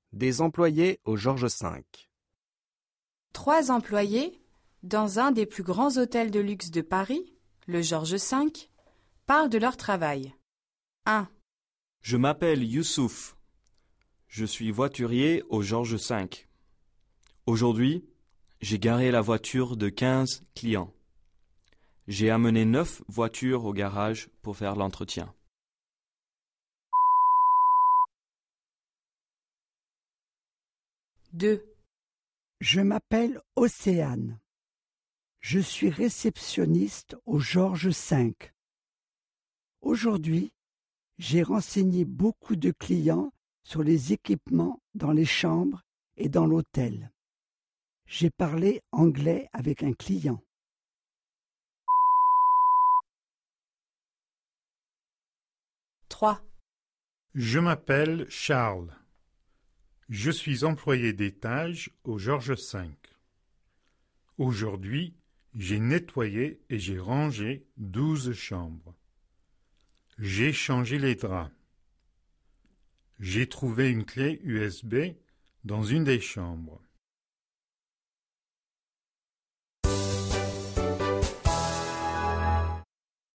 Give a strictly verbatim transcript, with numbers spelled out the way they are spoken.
Des employés au Georges cinq. Trois employés, dans un des plus grands hôtels de luxe de Paris, le Georges cinq, parlent de leur travail. un. Je m'appelle Youssouf. Je suis voiturier au Georges cinq. Aujourd'hui, j'ai garé la voiture de quinze clients. J'ai amené neuf voitures au garage pour faire l'entretien. deux. Je m'appelle Océane. Je suis réceptionniste au Georges cinq. Aujourd'hui, j'ai renseigné beaucoup de clients sur les équipements dans les chambres et dans l'hôtel. J'ai parlé anglais avec un client. trois. Je m'appelle Charles. Je suis employé d'étage au Georges cinq. Aujourd'hui, j'ai nettoyé et j'ai rangé douze chambres. J'ai changé les draps. J'ai trouvé une clé U S B dans une des chambres.